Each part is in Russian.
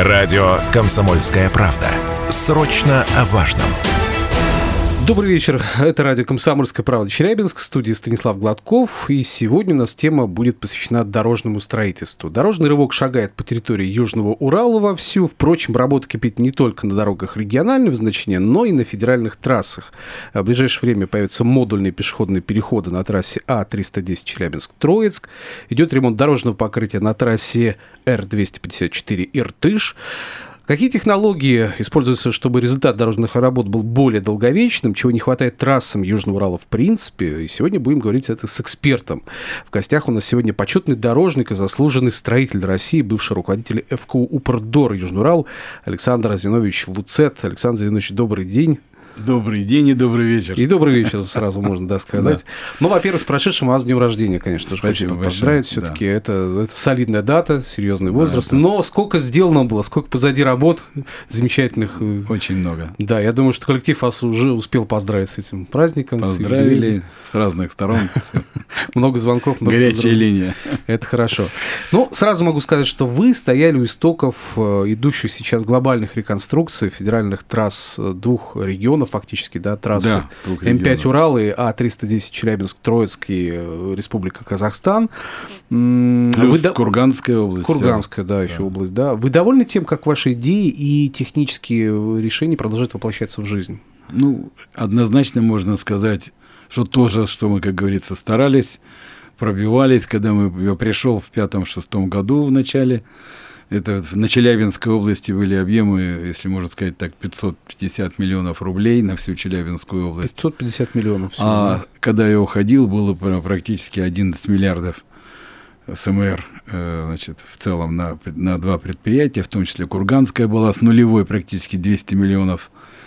Радио «Комсомольская правда». Срочно о важном. Добрый вечер. Это радио «Комсомольская правда» Челябинск, в студии Станислав Гладков. И сегодня у нас тема будет посвящена дорожному строительству. Дорожный рывок шагает по территории Южного Урала вовсю. Впрочем, работа кипит не только на дорогах регионального значения, но и на федеральных трассах. В ближайшее время появятся модульные пешеходные переходы на трассе А-310 Челябинск-Троицк. Идет ремонт дорожного покрытия на трассе Р-254 Иртыш. Какие технологии используются, чтобы результат дорожных работ был более долговечным, чего не хватает трассам Южного Урала в принципе? И сегодня будем говорить это с экспертом. В гостях у нас сегодня почетный дорожник и заслуженный строитель России, бывший руководитель ФКУ «Упрдор» Южный Урал Александр Зиновьевич Луцет. Александр Зиновьевич, добрый день. Добрый день и добрый вечер. И добрый вечер сразу можно сказать. Да. Ну, во-первых, с прошедшим вас днем рождения, конечно. Спасибо большое. Поздравить. Все-таки да. это солидная дата, серьезный возраст. Да, но сколько сделано было, сколько позади работ замечательных. Очень много. Да, я думаю, что коллектив вас уже успел поздравить с этим праздником. Поздравили с разных сторон. Много звонков. Горячая линия. Это хорошо. Ну, сразу могу сказать, что вы стояли у истоков идущих сейчас глобальных реконструкций федеральных трасс двух регионов, фактически, да, трассы М5 Урал и А310 Челябинск-Троицк и Республика Казахстан. Плюс Курганская область. Курганская, да, еще область, да. Вы довольны тем, как ваши идеи и технические решения продолжают воплощаться в жизнь? Ну, однозначно можно сказать, что то же, что мы, как говорится, старались, пробивались, когда я пришел в 5-6 году в начале. Это на Челябинской области были объемы, если можно сказать так, 550 миллионов рублей на всю Челябинскую область. 550 миллионов. Всего, да. Когда я уходил, было практически 11 миллиардов СМР, значит, в целом на два предприятия, в том числе Курганская была с нулевой практически 200 миллионов.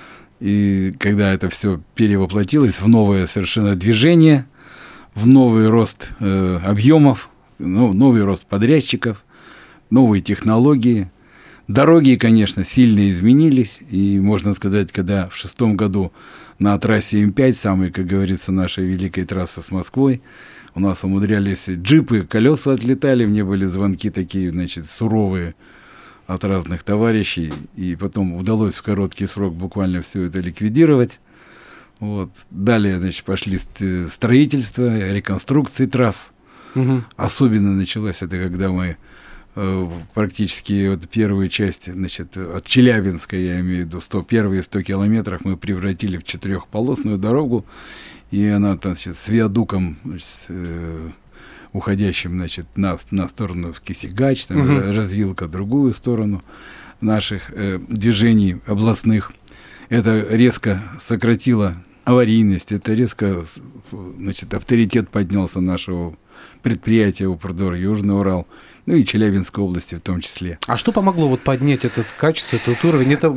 И когда это все перевоплотилось в новое совершенно движение, в новый рост объемов, новый рост подрядчиков, новые технологии. Дороги, конечно, сильно изменились. И можно сказать, когда в 2006 году на трассе М5, самой, как говорится, нашей великой трассы с Москвой, у нас умудрялись джипы, колеса отлетали, мне были звонки такие, значит, суровые от разных товарищей. И потом удалось в короткий срок буквально все это ликвидировать. Вот. Далее, значит, пошли строительство, реконструкции трасс. Угу. Особенно началось это, когда мы практически вот первую часть, значит, от Челябинска, я имею в виду, первые 100 километров мы превратили в 4-полосную дорогу, и она, значит, с виадуком, значит, уходящим, значит, на сторону в Кисигач, там, развилка в другую сторону наших движений областных. Это резко сократило аварийность, это резко, значит, авторитет поднялся нашего предприятия «Упрдор» Южный Урал, ну и Челябинской области в том числе. А что помогло вот поднять это качество, этот уровень? Это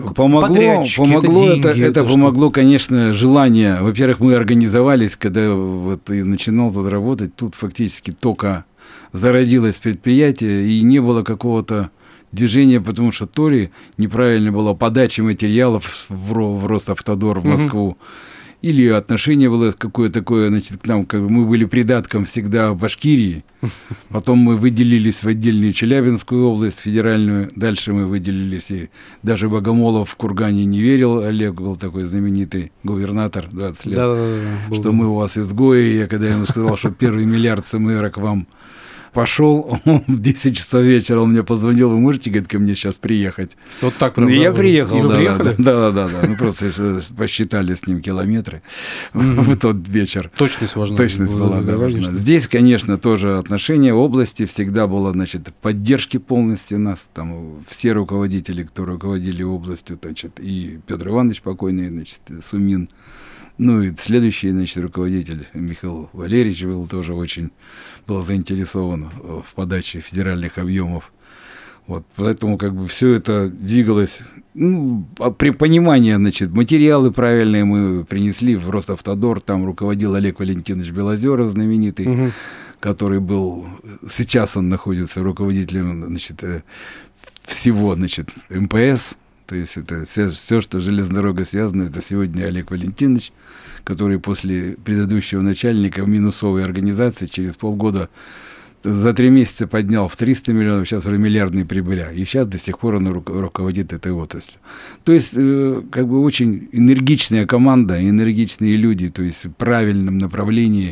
помогло, конечно, желание. Во-первых, мы организовались, когда вот и начинал тут работать, тут фактически только зародилось предприятие, и не было какого-то движения, потому что то ли неправильно была подача материалов в Росавтодор в Москву, или отношение было какое-то такое, значит, к нам, как мы были придатком всегда в Башкирии, потом мы выделились в отдельную Челябинскую область, федеральную, дальше мы выделились, и даже Богомолов в Кургане не верил, Олег был такой знаменитый губернатор 20 лет, что мы у вас изгои, я когда ему сказал, что первый миллиард СМР к вам пошел, в 10 часов вечера он мне позвонил, вы можете, говорит, ко мне сейчас приехать? Вот так, правда? Я приехал, да. Мы просто посчитали с ним километры в тот вечер. Точность важна. Точность была, да, важна. Здесь, конечно, тоже отношение области всегда было, значит, поддержки полностью нас, там, все руководители, кто руководили областью, значит, и Петр Иванович покойный, значит, Сумин, ну и следующий, значит, руководитель Михаил Валерьевич был заинтересован в подаче федеральных объемов. Вот, поэтому как бы все это двигалось, при понимании, значит, материалы правильные мы принесли в Росавтодор, там руководил Олег Валентинович Белозеров, знаменитый, который был, сейчас он находится руководителем, значит, всего, значит, МПС. То есть это все, что железная дорога связано, это сегодня Олег Валентинович, который после предыдущего начальника в минусовой организации через полгода за 3 месяца поднял в 300 миллионов, сейчас уже миллиардные прибыли. И сейчас до сих пор он руководит этой отраслью. То есть, как бы очень энергичная команда, энергичные люди, то есть в правильном направлении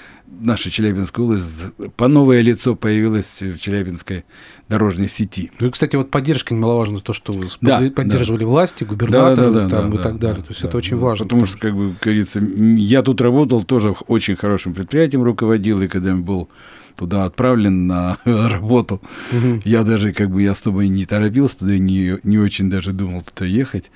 наша Челябинская область, по новое лицо появилось в Челябинской дорожной сети. Ну и, кстати, вот поддержка немаловажна, то, что вы поддерживали власти, губернатора и так далее. То есть это очень важно. Потому что, как бы говорится, я тут работал, тоже очень хорошим предприятием руководил, и когда был туда отправлен на работу, я даже как бы особо не торопился туда, не очень даже думал туда ехать.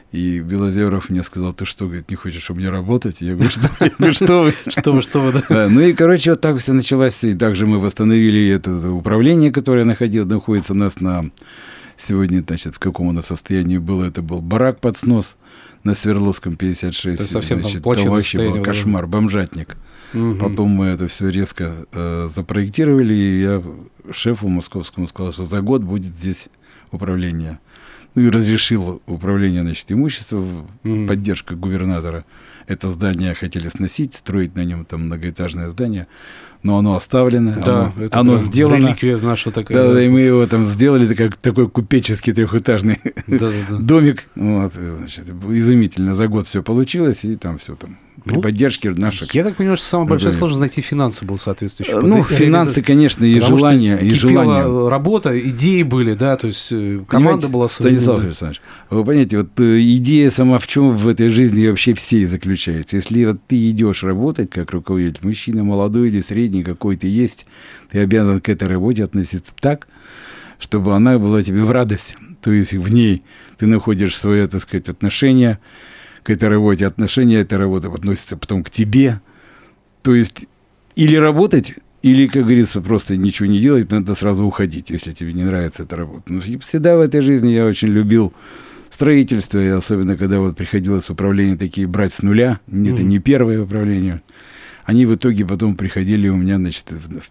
И Белозеров мне сказал: ты что, говорит, не хочешь у меня работать? Я говорю, что вы? Да. Ну и, короче, вот так все началось. И также мы восстановили это управление, которое находится у нас на сегодня, значит, в каком оно состоянии было. Это был барак под снос на Свердловском 56. Это совсем там вообще был кошмар, бомжатник. Потом мы это все резко запроектировали, и я шефу московскому сказал, что за год будет здесь управление. Ну и разрешил управление, значит, имуществом, поддержка губернатора. Это здание хотели сносить, строить на нем там многоэтажное здание, но оно оставлено, да, оно сделано. Реликвия наша такая. Да, и мы его там сделали, как такой купеческий трехэтажный домик. Вот, значит, изумительно, за год все получилось, и там все там. При поддержке наших. Я так понимаю, что самая большая сложность найти финансы был соответствующий. Ну, финансы, конечно, и желание. И желание. Работа, идеи были, да, то есть команда была современная. Станислав Александрович, вы понимаете, вот идея сама в чем в этой жизни вообще всей заключается. Если вот ты идешь работать как руководитель, мужчина молодой или средний какой ты есть, ты обязан к этой работе относиться так, чтобы она была тебе в радость. То есть в ней ты находишь свое, так сказать, отношение к этой работе, отношение этой работы относится потом к тебе. То есть или работать, или, как говорится, просто ничего не делать, надо сразу уходить, если тебе не нравится эта работа. Но всегда в этой жизни я очень любил строительство, и особенно когда вот приходилось управление такие брать с нуля, это не первое управление, они в итоге потом приходили у меня, значит,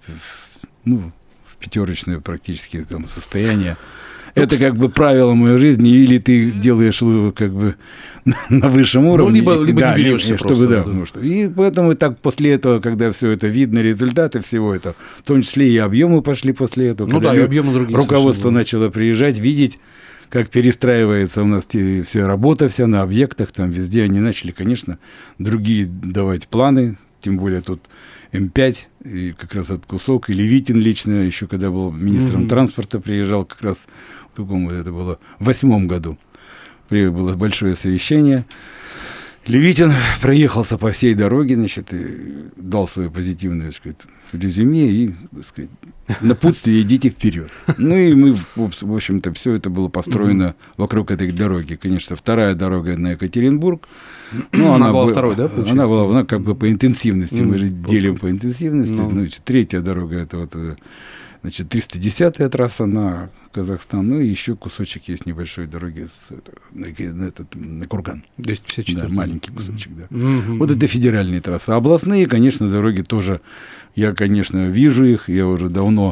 в пятерочное практически там состояние. Это как бы правило моей жизни, или ты делаешь как бы на высшем уровне. Либо не берешься просто. И поэтому так после этого, когда все это видно, результаты всего этого, в том числе и объемы пошли после этого. Ну да, и объемы другие. Руководство начало приезжать, видеть, как перестраивается у нас вся работа, вся на объектах, там везде они начали, конечно, другие давать планы, тем более тут М5, и как раз этот кусок, и Левитин лично, еще когда был министром транспорта, приезжал как раз, в каком это было, в 2008 году. Было большое совещание. Левитин проехался по всей дороге, значит, и дал свое позитивное, так сказать, резюме и, так сказать, напутствие: идите вперед. Ну и мы, в общем-то, все это было построено вокруг этой дороги. Конечно, вторая дорога на Екатеринбург. Ну, она была второй, да, получается? Она как бы по интенсивности, мы же делим по интенсивности. Ну, третья дорога, это вот, значит, 310-я трасса на Казахстан, ну и еще кусочек есть небольшой дороги на Курган. 254. Да, маленький кусочек, да. Вот это федеральные трассы. Областные, конечно, дороги тоже, я, конечно, вижу их, я уже давно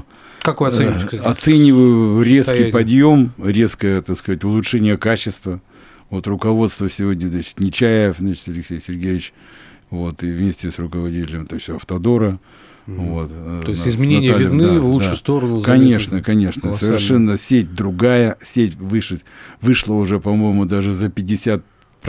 оцениваю резкий подъем, резкое, так сказать, улучшение качества. Вот руководство сегодня, значит, Нечаев, значит, Алексей Сергеевич, вот, и вместе с руководителем, то есть Автодора. Вот, то есть изменения Наталья, видны в лучшую сторону? Конечно, конечно. Совершенно сеть другая, сеть вышла уже, по-моему, даже за 50%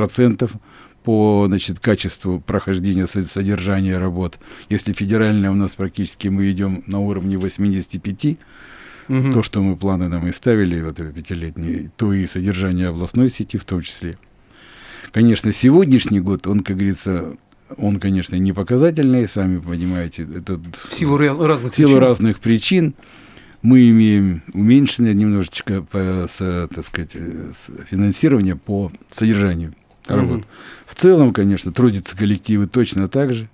по, значит, качеству прохождения содержания работ. Если федеральная у нас практически мы идем на уровне 85%, то, что мы планы нам и ставили, вот пятилетние, то и содержание областной сети в том числе. Конечно, сегодняшний год, он, как говорится, он, конечно, не показательный, сами понимаете, это в силу разных причин. Мы имеем уменьшенное немножечко так сказать, финансирование по содержанию работ. В целом, конечно, трудятся коллективы точно так же,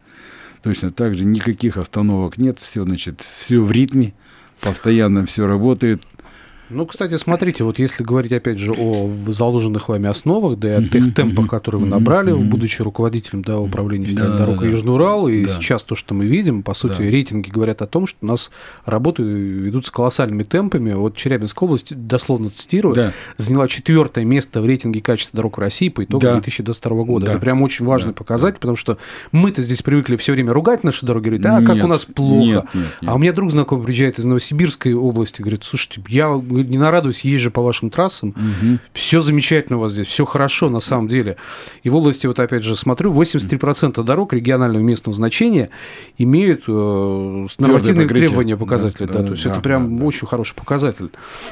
никаких остановок нет, все, значит, все в ритме, постоянно все работает. Ну, кстати, смотрите, вот если говорить, опять же, о заложенных вами основах, да и о тех темпах, которые вы набрали, будучи руководителем, да, управления федеральной дорогой Южный Урал, и сейчас то, что мы видим, по сути, рейтинги говорят о том, что у нас работы ведутся колоссальными темпами. Вот Челябинская область, дословно цитирую, заняла 4-е место в рейтинге качества дорог в России по итогам 2022 года. Это прям очень важный показатель, потому что мы-то здесь привыкли все время ругать наши дороги, говорить, как у нас плохо. А у меня друг знакомый приезжает из Новосибирской области, говорит, слушайте, я не нарадуюсь, езжу по вашим трассам, все замечательно у вас здесь, все хорошо на самом деле. И в области, вот опять же, смотрю, 83% дорог регионального местного значения имеют нормативные требования, показатели. То есть это прям очень хороший показатель.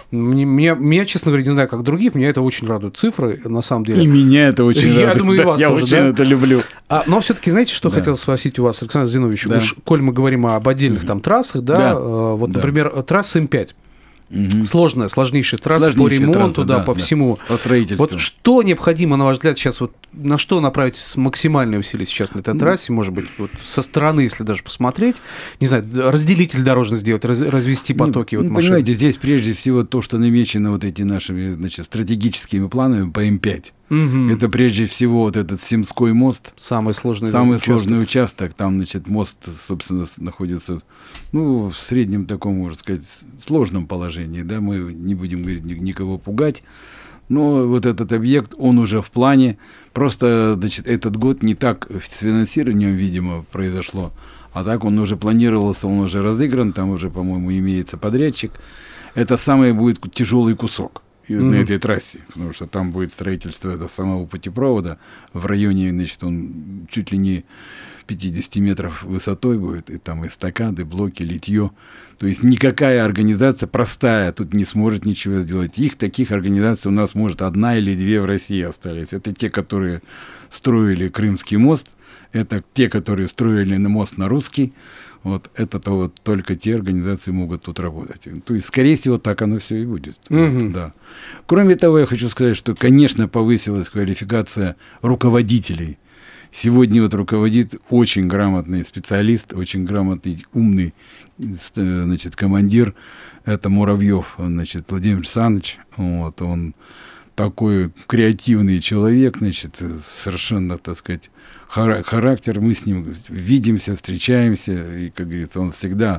Меня, честно говоря, не знаю, как других, меня это очень радует цифры, на самом деле. И меня это очень радует. Я думаю, и вас я тоже, очень это люблю. Но все-таки, знаете, что хотел спросить у вас, Александр Зиновьевич? Уж, коль мы говорим об отдельных там трассах, вот, например, трасса М5. Сложнейшая трасса по ремонту, по всему. По строительству. Вот что необходимо, на ваш взгляд, сейчас, вот на что направить максимальные усилия сейчас на этой трассе, может быть, вот со стороны, если даже посмотреть, не знаю, разделитель дорожный сделать, развести потоки машин? Понимаете, здесь прежде всего то, что намечено вот эти нашими, значит, стратегическими планами по М5. Это прежде всего вот этот Семской мост. Самый сложный участок. Там, значит, мост, собственно, находится, в среднем таком, можно сказать, сложном положении. Да? Мы не будем говорить, никого пугать. Но вот этот объект, он уже в плане. Просто, значит, этот год не так с финансированием, видимо, произошло. А так он уже планировался, он уже разыгран. Там уже, по-моему, имеется подрядчик. Это самый будет тяжелый кусок на этой трассе, потому что там будет строительство этого самого путепровода в районе, значит, он чуть ли не 50 метров высотой будет, и там эстакады, блоки, литье. То есть никакая организация простая тут не сможет ничего сделать. Таких организаций у нас, может, 1 или 2 в России остались. Это те, которые строили Крымский мост, это те, которые строили мост на Русский. Вот это-то вот только те организации могут тут работать. То есть, скорее всего, так оно все и будет. Да. Кроме того, я хочу сказать, что, конечно, повысилась квалификация руководителей. Сегодня вот руководит очень грамотный специалист, очень грамотный, умный, значит, командир. Это Муравьев, значит, Владимир Александрович. Вот, он такой креативный человек, значит, совершенно, так сказать, характер, мы с ним видимся, встречаемся, и, как говорится, он всегда,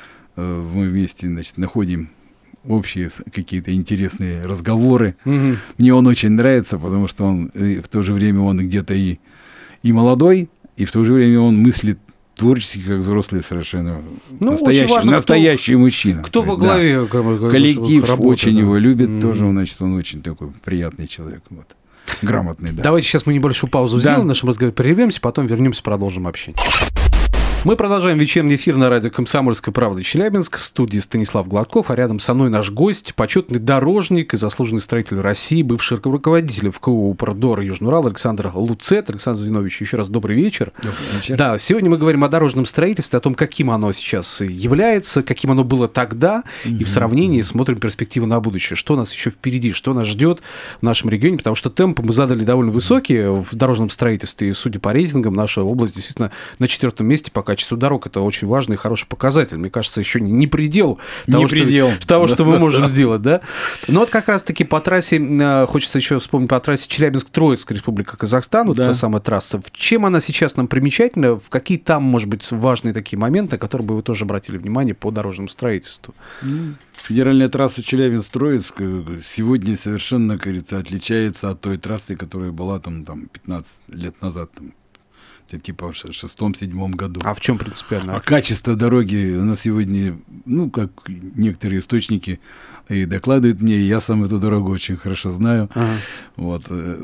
мы вместе, значит, находим общие какие-то интересные разговоры. Мне он очень нравится, потому что он в то же время он где-то и молодой, и в то же время он мыслит творчески, как взрослый совершенно. Настоящий мужчина. Кто во главе коллектив работы, очень его любит, тоже, значит, он очень такой приятный человек. Вот. Грамотный, да. Давайте сейчас мы небольшую паузу сделаем в нашем разговоре, прервемся, потом вернемся, продолжим общение. Мы продолжаем вечерний эфир на радио «Комсомольская правда» Челябинск. В студии Станислав Гладков, а рядом со мной наш гость, почетный дорожник и заслуженный строитель России, бывший руководитель ФКУ «Управдор» Южный Урал Александр Луцет. Александр Зиновьевич, еще раз добрый вечер. Добрый вечер. Да, сегодня мы говорим о дорожном строительстве, о том, каким оно сейчас является, каким оно было тогда, и в сравнении смотрим перспективы на будущее. Что нас еще впереди, что нас ждет в нашем регионе, потому что темпы мы задали довольно высокие в дорожном строительстве, и, судя по рейтингам, наша область действительно на 4-м месте по качеству дорог. Это очень важный и хороший показатель. Мне кажется, еще не предел того, что мы можем сделать. Да? Но вот как раз-таки по трассе, хочется еще вспомнить по трассе Челябинск-Троицк, Республика Казахстан, вот та самая трасса. Чем она сейчас нам примечательна? В какие там, может быть, важные такие моменты, на которые бы вы тоже обратили внимание по дорожному строительству? Федеральная трасса Челябинск-Троицк сегодня совершенно, как говорится, отличается от той трассы, которая была там 15 лет назад. Типа в 6-7 году. А в чем принципиально? А качество дороги, оно сегодня, как некоторые источники и докладывают мне, и я сам эту дорогу очень хорошо знаю. Вот.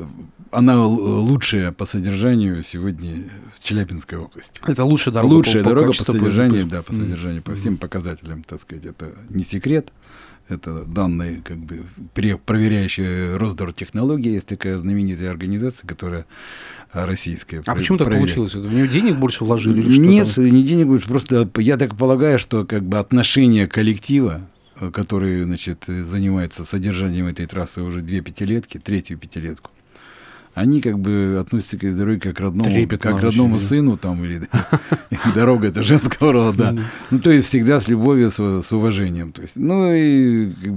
Она лучшая по содержанию сегодня в Челябинской области. Это лучшая дорога, лучшая дорога по содержанию, по содержанию, по всем показателям, так сказать, это не секрет. Это данные, как бы, проверяющие Росдортехнологии. Есть такая знаменитая организация, которая российская. А почему так получилось? В нее денег больше вложили? Или что Нет, не денег больше. Просто я так полагаю, что как бы отношение коллектива, который, значит, занимается содержанием этой трассы уже 2 пятилетки, 3-ю пятилетку, они как бы относятся к этой дороге как к родному сыну, там, или дорога это женского рода, да. То есть всегда с любовью, с уважением. То есть, и как бы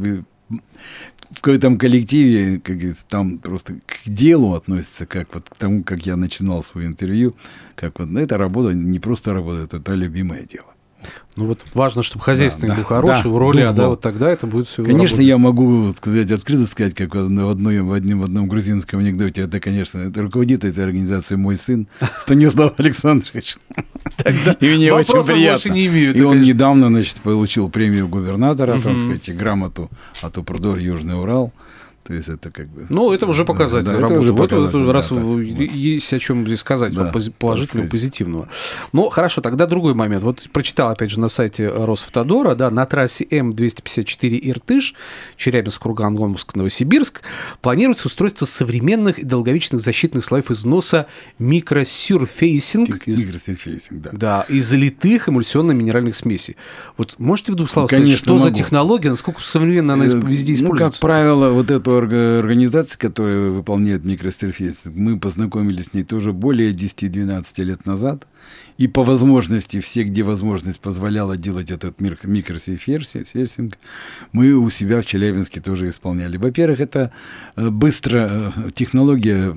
в этом коллективе, как говорится, там просто к делу относятся, как вот к тому, как я начинал свое интервью, как вот эта работа не просто работа, это любимое дело. Ну вот важно, чтобы хозяйственник был хороший, у роли, вот тогда это будет все. Конечно, я могу сказать, открыто сказать, как в одном грузинском анекдоте, это, конечно, это руководит этой организацией мой сын Станислав Александрович. И мне очень приятно. И он недавно, значит, получил премию губернатора, так сказать, и грамоту от УПРДОР Южный Урал. То есть это как бы... Ну, это уже показатель работы. Это уже показатель, раз есть о чем здесь сказать, положительного, позитивного. Ну, хорошо, тогда другой момент. Вот прочитал, опять же, на сайте Росавтодора, да, на трассе М-254 Иртыш, Челябинск, Курган, Омск, Новосибирск, планируется устройство современных и долговечных защитных слоев износа микросюрфейсинг. Микросюрфейсинг, да. Да, из залитых эмульсионно-минеральных смесей. Вот можете в двух словах сказать, что за технология, насколько современно она везде используется? Ну, как правило, вот эту организация, которая выполняет микросюрфейсинг, мы познакомились с ней тоже более 10-12 лет назад. И по возможности, все, где возможность позволяла делать этот микросюрфейсинг, мы у себя в Челябинске тоже исполняли. Во-первых, это быстро технология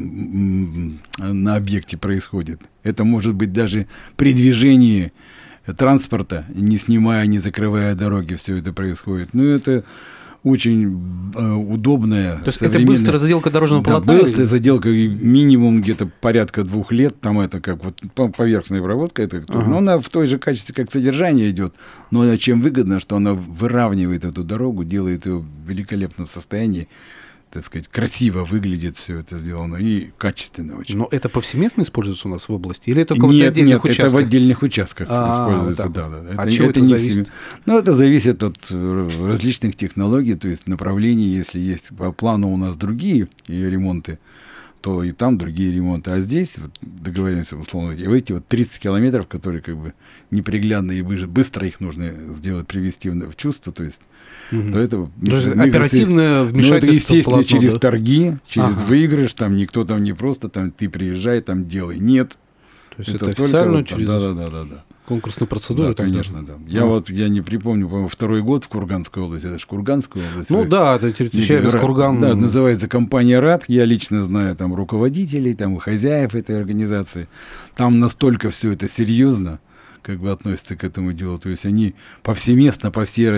на объекте происходит. Это может быть даже при движении транспорта, не снимая, не закрывая дороги, все это происходит. Но это очень удобная. То есть это быстрая заделка дорожного полотна? Да, быстрая заделка, минимум где-то порядка 2 лет. Там это как вот поверхностная обработка. Это, но она в той же качестве, как содержание идет. Но она чем выгодно, что она выравнивает эту дорогу, делает ее в великолепном состоянии. Так сказать, красиво выглядит все это сделано и качественно очень. Но это повсеместно используется у нас в области? Или только в отдельных участках? Это в отдельных участках используется. Да. От чего это зависит? Ну, это зависит от различных технологий, то есть направлений. Если есть по плану у нас другие ремонты, то и там другие ремонты. А здесь, вот, договоримся, условно, эти вот 30 километров, которые как бы неприглядные и быстро их нужно сделать, привести в чувство, то есть до этого... Оперативное вмешательство. Ну, это, естественно, через торги, через выигрыш, там никто там не просто, там ты приезжай, там делай. Нет. То есть это официально вот, через конкурсную процедуру? Да, конечно, да. Я не припомню, по-моему, 2-й год в Курганской области, это же Курганская область. Ну да, это Челябинск, Курган. Да, называется компания РАД, я лично знаю там руководителей, там хозяев этой организации. Там настолько все это серьезно, как бы относятся к этому делу. То есть они повсеместно по всей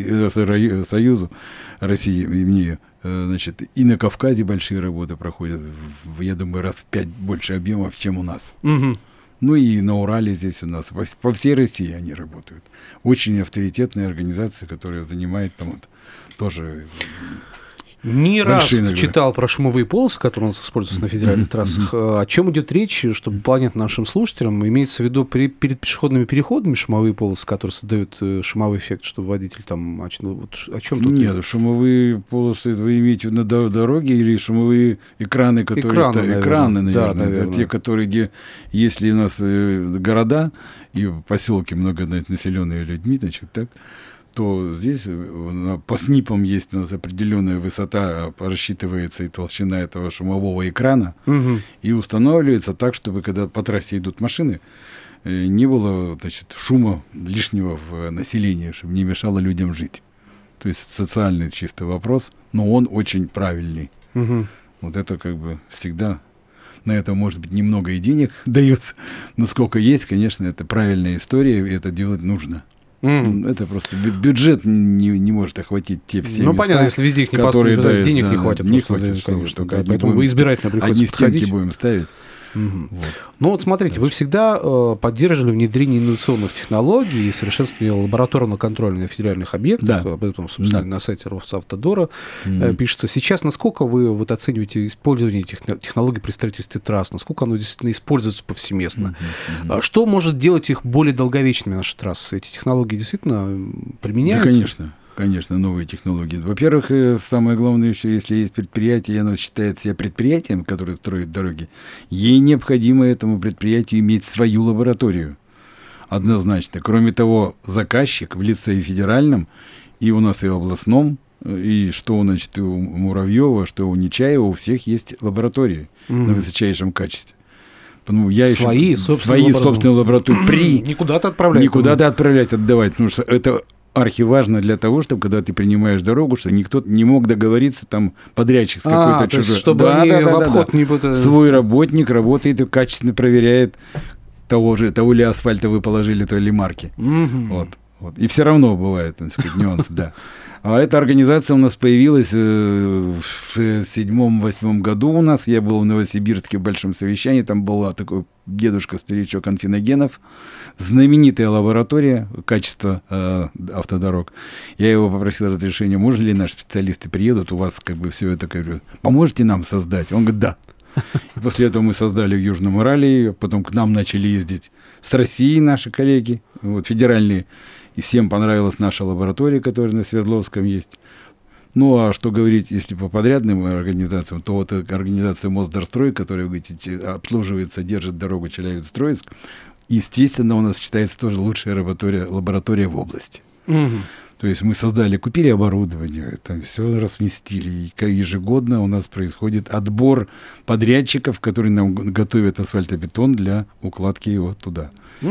Союзу России и мне, значит, и на Кавказе большие работы проходят, я думаю, раз в 5 больше объемов, чем у нас. Ну и на Урале здесь у нас, по всей России они работают. Очень авторитетная организация, которая занимает там вот, тоже... Не раз читал про шумовые полосы, которые у нас используются на федеральных трассах. О чем идет речь, чтобы понятно нашим слушателям? Имеется в виду перед пешеходными переходами шумовые полосы, которые создают шумовой эффект, чтобы водитель там... Вот, о чем тут? Нет, шумовые полосы вы имеете на дороге или шумовые экраны, которые... Экраны, наверное. Да, наверное. Те, которые, где, если у нас города и поселки многонаселенные людьми, значит, так... то здесь по СНИПам есть у нас определенная высота, рассчитывается и толщина этого шумового экрана, и устанавливается так, чтобы когда по трассе идут машины, не было, значит, шума лишнего в населении, чтобы не мешало людям жить. То есть социальный чисто вопрос, но он очень правильный. Вот это как бы всегда... На это, может быть, немного и денег дается, но сколько есть, конечно, это правильная история, и это делать нужно. Это просто бюджет не может охватить те все места, понятно, если везде их не поставить, денег не хватит. Не хватит, конечно. Поэтому вы избирательно приходится подходить. Одни стенки будем ставить. Вот. Ну вот смотрите, вы всегда поддерживали внедрение инновационных технологий и совершенствование лабораторно-контрольных федеральных объектов. Да. Об этом, собственно, на сайте Росавтодора пишется. Сейчас насколько вы вот оцениваете использование технологий при строительстве трасс? Насколько оно действительно используется повсеместно? Что может делать их более долговечными, наши трассы? Эти технологии действительно применяются? Да, конечно. Конечно, новые технологии. Во-первых, самое главное еще, если есть предприятие, и оно считает себя предприятием, которое строит дороги, ей необходимо этому предприятию иметь свою лабораторию. Однозначно. Кроме того, заказчик в лице и федеральном, и у нас и областном, и что, значит, и у Муравьева, что у Нечаева, у всех есть лаборатории на высочайшем качестве. Свои собственные лаборатории. Не куда-то отправлять. Не куда-то отправлять, отдавать, потому что это архиважно для того, чтобы, когда ты принимаешь дорогу, что никто не мог договориться, там, подрядчик с какой-то чужой. Чтобы они в обход не будут... Свой работник работает и качественно проверяет того ли асфальта вы положили, той ли марки. Вот. И все равно бывает, так сказать, нюансы, да. А эта организация у нас появилась в 2007-2008 году у нас. Я был в Новосибирске в большом совещании. Там был такой дедушка-старичок Анфиногенов. Знаменитая лаборатория качества автодорог. Я его попросил разрешения, можно ли наши специалисты приедут, у вас как бы все это, говорю, поможете нам создать? Он говорит, да. И после этого мы создали в Южном Урале, потом к нам начали ездить с России наши коллеги, федеральные. И всем понравилась наша лаборатория, которая на Свердловском есть. Ну, а что говорить, если по подрядным организациям, то вот организация Мосдорстрой, которая, вы говорите, обслуживает, содержит дорогу Челябинск-Троицк, естественно, у нас считается тоже лучшая лаборатория в области. То есть мы купили оборудование, там все разместили. И ежегодно у нас происходит отбор подрядчиков, которые нам готовят асфальтобетон для укладки его туда. Да,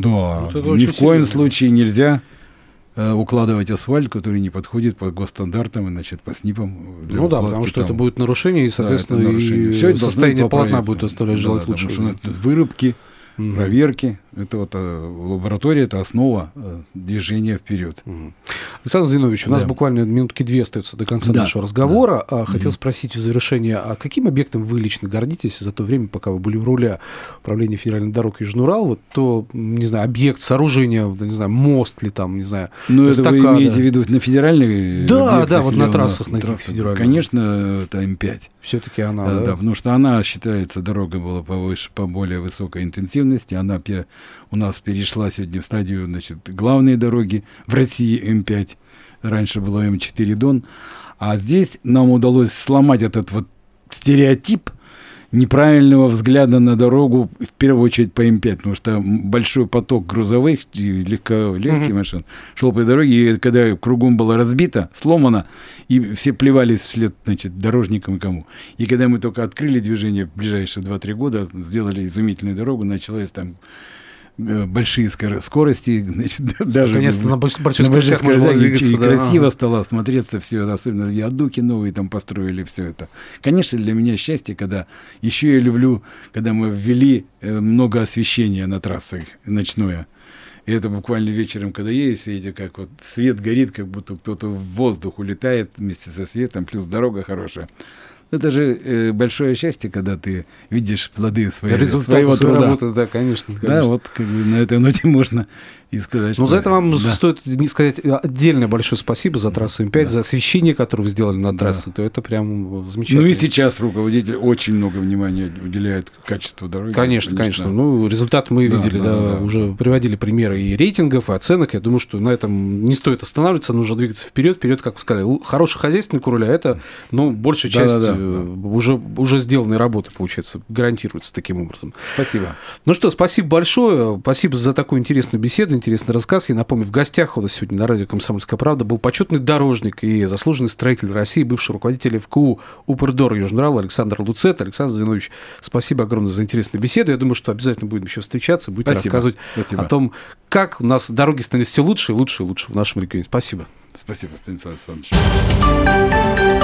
ни в коем случае нельзя укладывать асфальт, который не подходит по госстандартам, значит, по СНИПам. Ну да, потому что это будет нарушение, и, соответственно, и состояние полотна будет оставлять желать лучшего. Потому что вырубки, проверки. Это вот лаборатория, это основа движения вперед. Александр Зиновьевич, у нас буквально минутки 2 остаются до конца нашего разговора. Хотел спросить в завершение, а каким объектом вы лично гордитесь за то время, пока вы были у руля управления федеральных дорог Южный Урал? Вот то, не знаю, объект, сооружение, не знаю, мост ли там, не знаю, ну, эстакада. Это вы имеете в виду на федеральных Да, вот на трассах на федеральных. Конечно, это М5. Все-таки она, да, потому что она считается, дорога была повыше, по более высокой интенсивности. Она у нас перешла сегодня в стадию, значит, главной дороги в России М5. Раньше было М4 Дон. А здесь нам удалось сломать этот вот стереотип неправильного взгляда на дорогу, в первую очередь по М5, потому что большой поток грузовых и легких машин шел по дороге, и когда кругом было разбито, сломано, и все плевались вслед, значит, дорожникам и кому. И когда мы только открыли движение в ближайшие 2-3 года, сделали изумительную дорогу, началось там большие скорости, значит, даже наконец-то на больших скоростях можно двигаться, и красиво стало смотреться все, особенно виадуки новые там построили, все это. Конечно, для меня счастье, когда еще я люблю, когда мы ввели много освещения на трассах ночное. И это буквально вечером, когда едешь, видите, как вот свет горит, как будто кто-то в воздух улетает вместе со светом, плюс дорога хорошая. Это же большое счастье, когда ты видишь плоды своего труда. Работы, да, конечно. Да, вот как бы на этой ноте можно и сказать, что... Но за это вам стоит сказать отдельное большое спасибо за трассу М5, за освещение, которое вы сделали на трассе. То это прям замечательно. Ну и сейчас руководитель очень много внимания уделяет качеству дороги. Конечно. Ну, результат мы видели, уже приводили примеры и рейтингов, и оценок. Я думаю, что на этом не стоит останавливаться, нужно двигаться вперед, как вы сказали. Хороший хозяйственный руля, это, большая часть уже сделанной работы, получается, гарантируется таким образом. Спасибо. Ну что, спасибо большое. Спасибо за такую интересную беседу, интересный рассказ. Я напомню, в гостях у нас сегодня на радио «Комсомольская правда» был почетный дорожник и заслуженный строитель России, бывший руководитель ФКУ «Упрдор» Южный Урал Александр Луцет. Александр Зиновьевич, спасибо огромное за интересную беседу. Я думаю, что обязательно будем еще встречаться, будете рассказывать о том, как у нас дороги становятся все лучше и лучше и лучше в нашем регионе. Спасибо. Спасибо, Станислав Александрович.